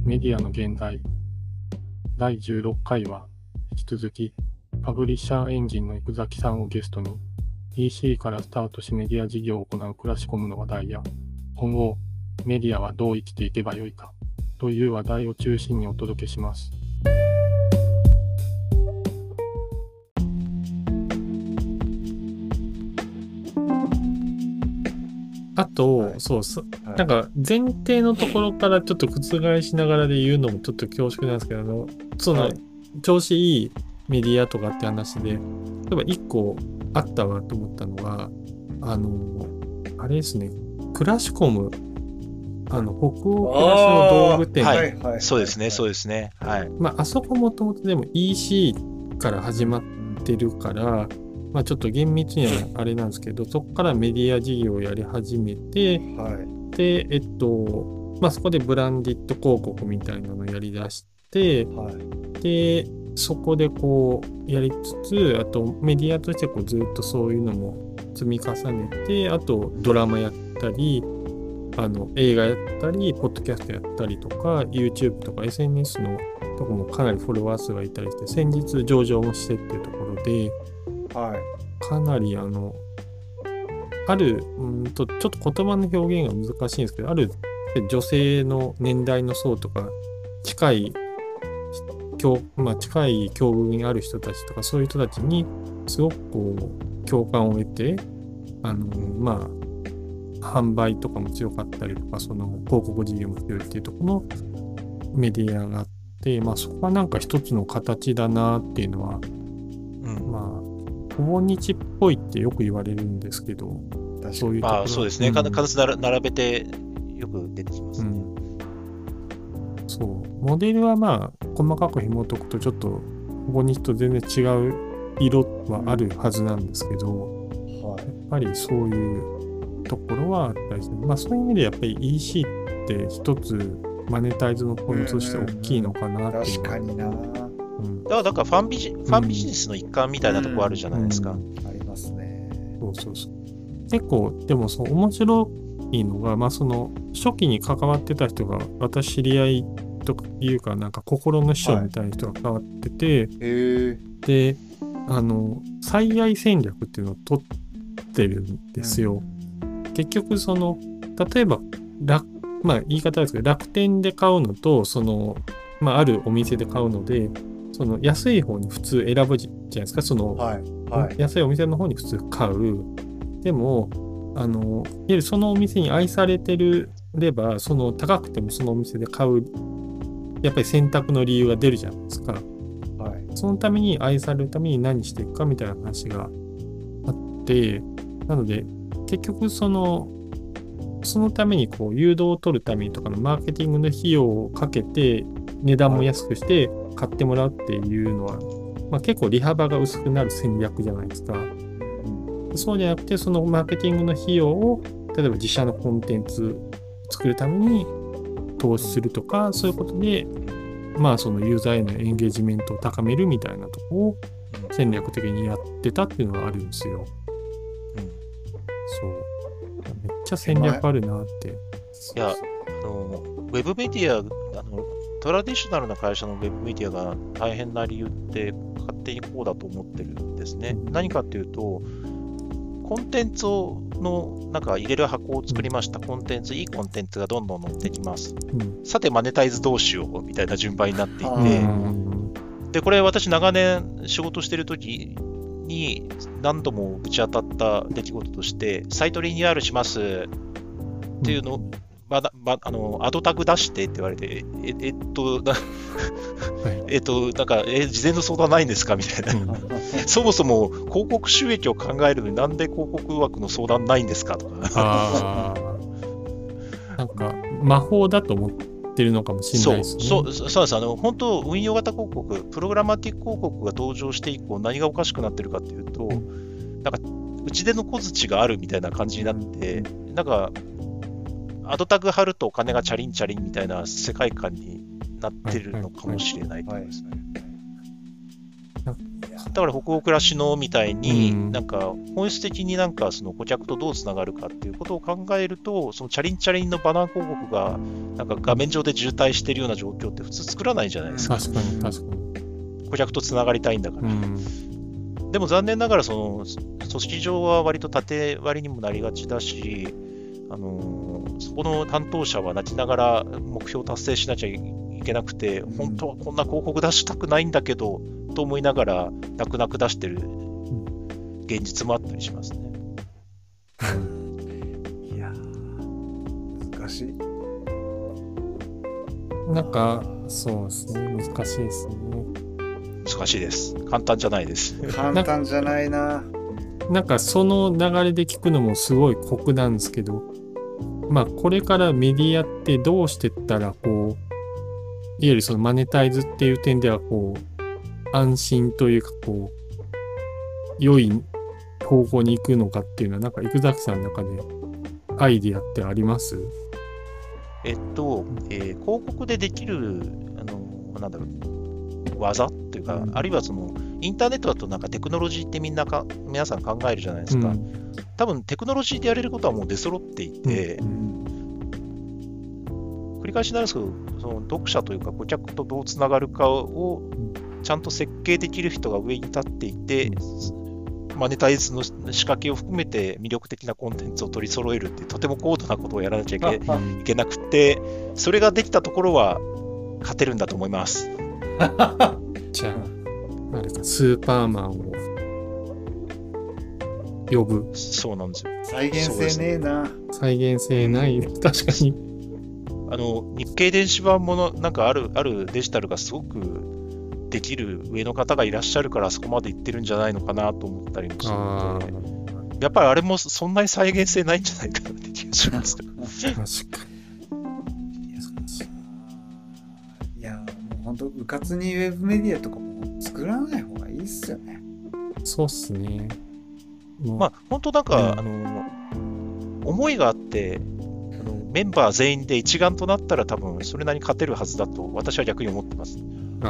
メディアの現在第16回は引き続きパブリッシャーエンジンの生崎さんをゲストに EC からスタートしメディア事業を行うクラシコムの話題や今後メディアはどう生きていけばよいかという話題を中心にお届けします。あと、なんか前提のところからちょっと覆しながらで言うのもちょっと恐縮なんですけど、調子いいメディアとかって話で、例えば1個あったわと思ったのが、あれですね、クラシコム、北欧暮らしの道具店。 そうですね、そうですね。はい。 あそこもともとでも EC から始まってるから、ちょっと厳密にはあれなんですけど、そこからメディア事業をやり始めて、で、そこでブランディッド広告みたいなのをやりだして、で、そこでこうやりつつ、あとメディアとしてこうずっとそういうのも積み重ねて、あとドラマやったり、映画やったり、ポッドキャストやったりとか、YouTube とか SNS のとこもかなりフォロワー数がいたりして、先日上場もしてっていうところで、かなりあるちょっと言葉の表現が難しいんですけど、ある女性の年代の層とか近い境遇にある人たちとかそういう人たちにすごくこう共感を得て販売とかも強かったりとかその広告事業も強いっていうところのメディアがあって、そこはなんか一つの形だなっていうのは、訪日っぽいってよく言われるんですけど、そういうところ。 そうですね。形並べてよく出てきますね。 そう。モデルは細かく紐解くとちょっと訪日と全然違う色はあるはずなんですけど、やっぱりそういうところはあったりする。そういう意味でやっぱり EC って一つマネタイズのポイントとして大きいのかなっていう。 確かにな。 だからファンビジネスの一環みたいなところあるじゃないですか。 ありますね。 そう。結構でも面白いのが、その初期に関わってた人が私知り合いというかなんか心の師匠みたいな人が関わってて、で最愛戦略っていうのを取ってるんですよ。結局例えば言い方ですけど楽天で買うのとあるお店で買うので安い方に普通選ぶじゃないですか。安いお店の方に普通買う。でもいわゆるそのお店に愛されてれば高くてもそのお店で買うやっぱり選択の理由が出るじゃないですか。そのために愛されるために何していくかみたいな話があって、なので結局そのためにこう誘導を取るためにとかのマーケティングの費用をかけて値段も安くして買ってもらうっていうのは、結構利幅が薄くなる戦略じゃないですか。そうじゃなくてそのマーケティングの費用を例えば自社のコンテンツ作るために投資するとかそういうことでそのユーザーへのエンゲージメントを高めるみたいなところを戦略的にやってたっていうのがあるんですよ。そうめっちゃ戦略あるなって。 いやウェブメディアトラディショナルな会社のウェブメディアが大変な理由って勝手にこうだと思ってるんですね。何かっていうとコンテンツの入れる箱を作りました。いいコンテンツがどんどん載ってきます。さてマネタイズどうしようみたいな順番になっていて、でこれ私長年仕事してる時に何度もぶち当たった出来事としてサイトリニューアルしますっていうのをアドタグ出してって言われて、事前の相談ないんですかみたいな。そもそも広告収益を考えるのになんで広告枠の相談ないんですかとか。 なんか魔法だと思ってるのかもしれないですね。 そうです。本当運用型広告、プログラマティック広告が登場して以降何がおかしくなってるかっていうと、打ち出の小槌があるみたいな感じになって、アドタグ貼るとお金がチャリンチャリンみたいな世界観になってるのかもしれないと思いますね。 だから北欧暮らしのみたいに、 うん、 なんか本質的になんかその顧客とどうつながるかっていうことを考えると、そのチャリンチャリンのバナー広告がなんか画面上で渋滞してるような状況って普通作らないじゃないですか。 確かに確かに。 顧客とつながりたいんだから。でも残念ながらその組織上は割と縦割りにもなりがちだし、そこの担当者は泣きながら目標達成しなきゃいけなくて、本当はこんな広告出したくないんだけどと思いながら泣く泣く出してる現実もあったりしますね。 いや難しい。 なんかそうですね、難しいですね。 難しいです。簡単じゃないです。 簡単じゃないな。 なんかその流れで聞くのもすごい酷なんですけど、まあこれからメディアってどうしてったらこう、いわゆるそのマネタイズっていう点ではこう、安心というかこう、良い方向に行くのかっていうのは、なんか生崎さんの中でアイディアってあります？ 広告でできる、なんだろう、技っていうか、あるいはその、インターネットだとなんかテクノロジーって皆さん考えるじゃないですか。多分テクノロジーでやれることはもう出揃っていて、繰り返しになるんですけど、その読者というか顧客とどうつながるかをちゃんと設計できる人が上に立っていて、マネタイズの仕掛けを含めて魅力的なコンテンツを取り揃えるってとても高度なことをやらなきゃいけなくて、それができたところは勝てるんだと思います。 じゃあ、あれか、スーパーマンを呼ぶ。 そうなんですよ。 再現性ねえな。 再現性ない。確かに。 日経電子版もなんかあるデジタルがすごくできる上の方がいらっしゃるからそこまでいってるんじゃないのかなと思ったりもするので、やっぱりあれもそんなに再現性ないんじゃないかなって気がします。 確かに。 いや、もう本当うかつにウェブメディアとかも作らない方がいいっすよね。 そうっすね。 まあ本当なんか、思いがあってメンバー全員で一丸となったら多分それなりに勝てるはずだと私は逆に思ってます。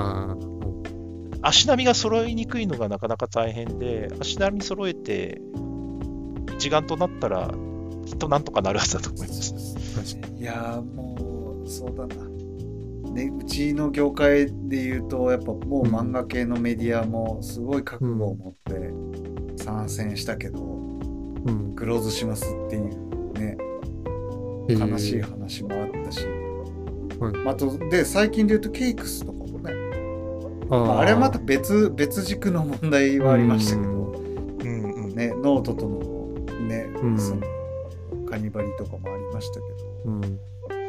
足並みが揃いにくいのがなかなか大変で、足並み揃えて一丸となったらきっとなんとかなるはずだと思います。 いやもうそうだな、ね、うちの業界でいうとやっぱもう漫画系のメディアもすごい覚悟を持って参戦したけど、クローズしますっていうね、悲しい話もあったし、あとで最近で言うとケイクスとかもね、あれはまた別軸の問題はありましたけど、ね、ノートとのね、そのカニバリとかもありましたけど、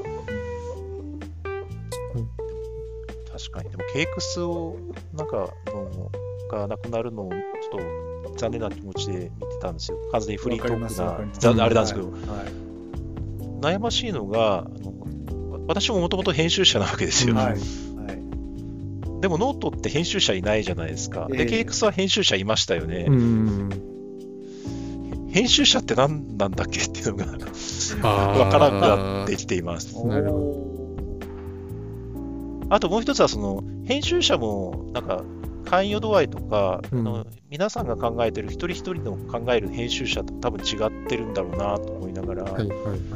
確かに。でもケイクスをなんかがなくなるのをちょっと残念な気持ちで見てたんですよ。完全にフリートークなあれなんですけど、悩ましいのが私ももともと編集者なわけですよ。でもノートって編集者いないじゃないですか。で、ケイクスは編集者いましたよね。編集者って何なんだっけっていうのが分からなくなってきています。あともう一つはその編集者もなんか関与度合いとか、皆さんが考えてる一人一人の考える編集者と多分違ってるんだろうなと思いながら、で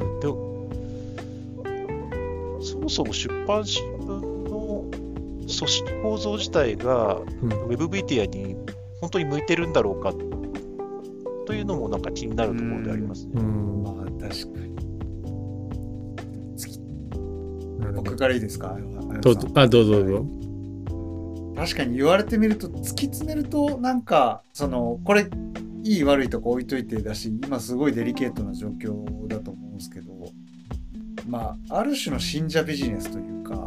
そもそも出版新聞の組織構造自体が、ウェブメディアに本当に向いてるんだろうかというのもなんか気になるところでありますね。 まあ確かに。僕からいいですか？ どうぞ。 確かに言われてみると突き詰めるとなんかそのこれいい悪いとか置いといてだし、今すごいデリケートな状況だと思うんですけど、まあある種の信者ビジネスというか、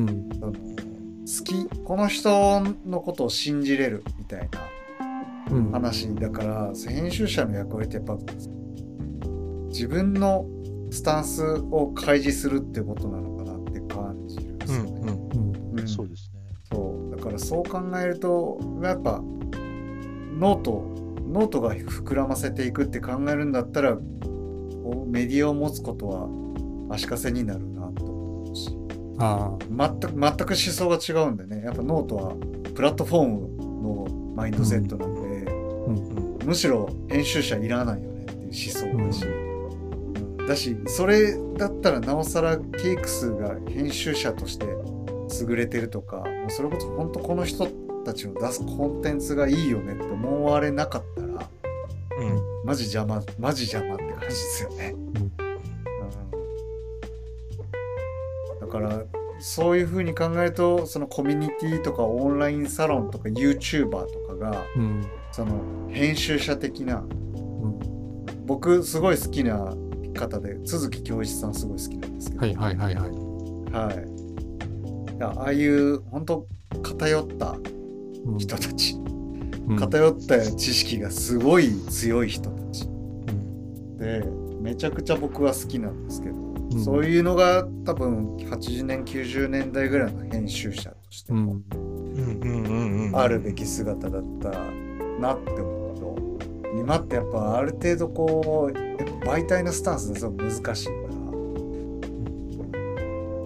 この人のことを信じれるみたいな話だから、編集者の役割ってやっぱ自分のスタンスを開示するってことなのかなって感じるんですよね。 そうですね。 そうだからそう考えるとやっぱノートが膨らませていくって考えるんだったらメディアを持つことは足かせになるなと思うし、全く思想が違うんでね、やっぱノートはプラットフォームのマインドセットなんで、むしろ編集者いらないよねっていう思想だし、だしそれだったらなおさらケイクスが編集者として優れてるとか、もうそれこそ本当この人たちの出すコンテンツがいいよねって思われなかったら、マジ邪魔って感じですよね。だからそういう風に考えると、そのコミュニティとかオンラインサロンとか YouTuber とかが、その編集者的な、僕すごい好きな方で都築恭一さんすごい好きなんですけど、ああいう本当偏った人たち、偏った知識がすごい強い人たち、でめちゃくちゃ僕は好きなんですけど、そういうのが多分80年90年代ぐらいの編集者としてもあるべき姿だったなって思うと、今ってやっぱある程度こう媒体のスタンスですごく難しいから、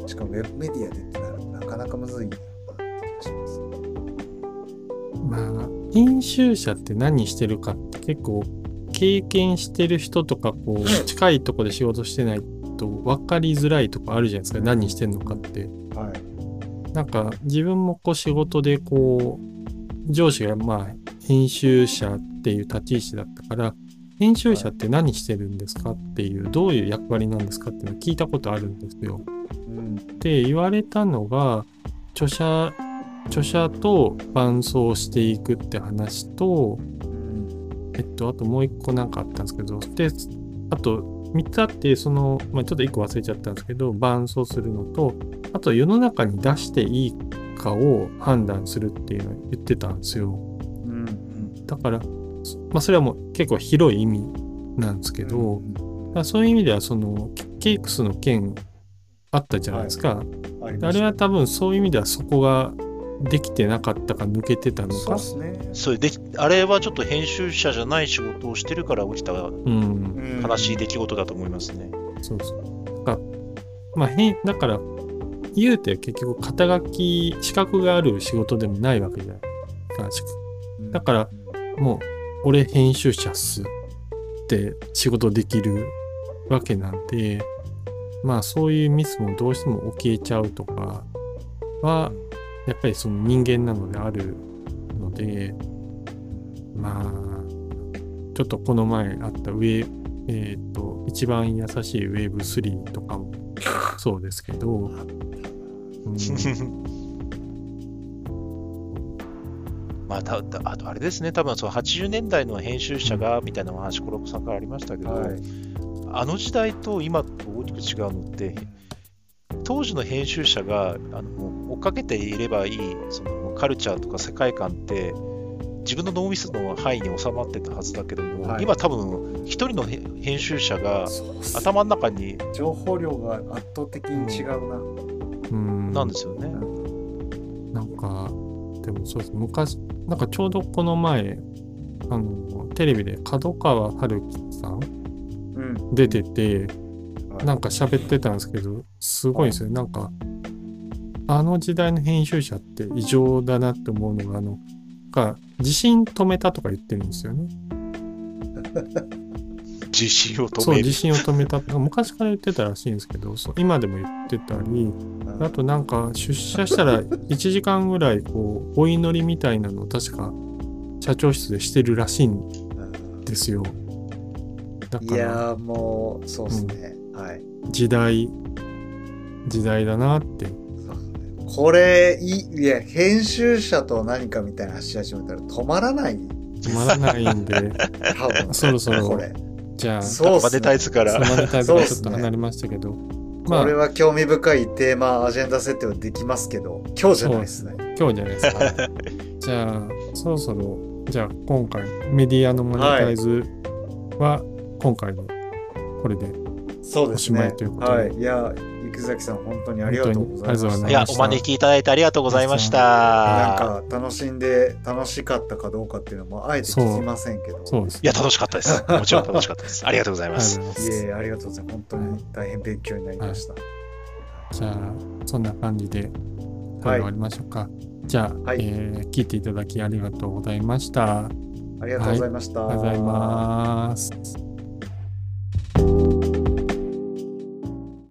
しかもウェブメディアでってなるとなかなかむずいなって気がします。 まあ編集者って何してるかって結構経験してる人とかこう近いところで仕事してないと分かりづらいとこあるじゃないですか、何してんのかって。なんか自分もこう仕事でこう上司がまあ編集者っていう立ち位置だったから、編集者って何してるんですかっていう、どういう役割なんですかっていうのを聞いたことあるんですよ。で言われたのが、著者と伴走していくって話と、あともう一個なんかあったんですけど、であと3つあって、その、ちょっと1個忘れちゃったんですけど、伴走するのと、あと世の中に出していいかを判断するっていうのを言ってたんですよ。だから、それはもう結構広い意味なんですけど、そういう意味ではそのケイクスの件あったじゃないですか。あれは多分そういう意味ではそこができてなかったか抜けてたのか。 あれはちょっと編集者じゃない仕事をしてるから起きた悲しい出来事だと思いますね。 だから言うて結局肩書き資格がある仕事でもないわけじゃないですか。だからもう俺編集者っすって仕事できるわけなんで、そういうミスもどうしても起きちゃうとかはやっぱりその人間なのであるので、ちょっとこの前あった一番優しい Web3 とかもそうですけど、 あとあれですね、多分その80年代の編集者がみたいな話、コロコさんからありましたけど、あの時代と今と大きく違うのって、当時の編集者が追っかけていればいいそのカルチャーとか世界観って自分の脳みその範囲に収まってたはずだけども、今多分一人の編集者が頭の中に情報量が圧倒的に違うな、 なんですよね。 なんかでもそうです。昔なんかちょうどこの前テレビで角川春樹さん、出てて、なんか喋ってたんですけど、すごいですよ。なんかあの時代の編集者って異常だなって思うのが地震止めたとか言ってるんですよね。 地震を止める。 そう、地震を止めた。昔から言ってたらしいんですけど、今でも言ってたり、あとなんか出社したら1時間ぐらいこうお祈りみたいなのを確か社長室でしてるらしいんですよ。だから、 いやもうそうですね、 時代だなって。 これいや編集者と何かみたいな話し始めたら止まらないんで多分そろそろこれじゃあマネタイズからマネタイズからちょっと離れましたけど、 これは興味深いテーマアジェンダ設定はできますけど、今日じゃないですね。 今日じゃないですか。じゃあそろそろじゃあ今回メディアのマネタイズは今回のこれでおしまいということで、 いや池崎さん本当にありがとうございました。 いやお招きいただいてありがとうございました。 なんか楽しかったかどうかっていうのもあえて聞きませんけど、 そうです、ね、 いや楽しかったです。もちろん楽しかったです。ありがとうございます。 いえありがとうございます。本当に大変勉強になりました。 じゃあそんな感じでこれで終わりましょうか。じゃあ、 はい聞いていただきありがとうございました。 ありがとうございました。 ありがとうございます。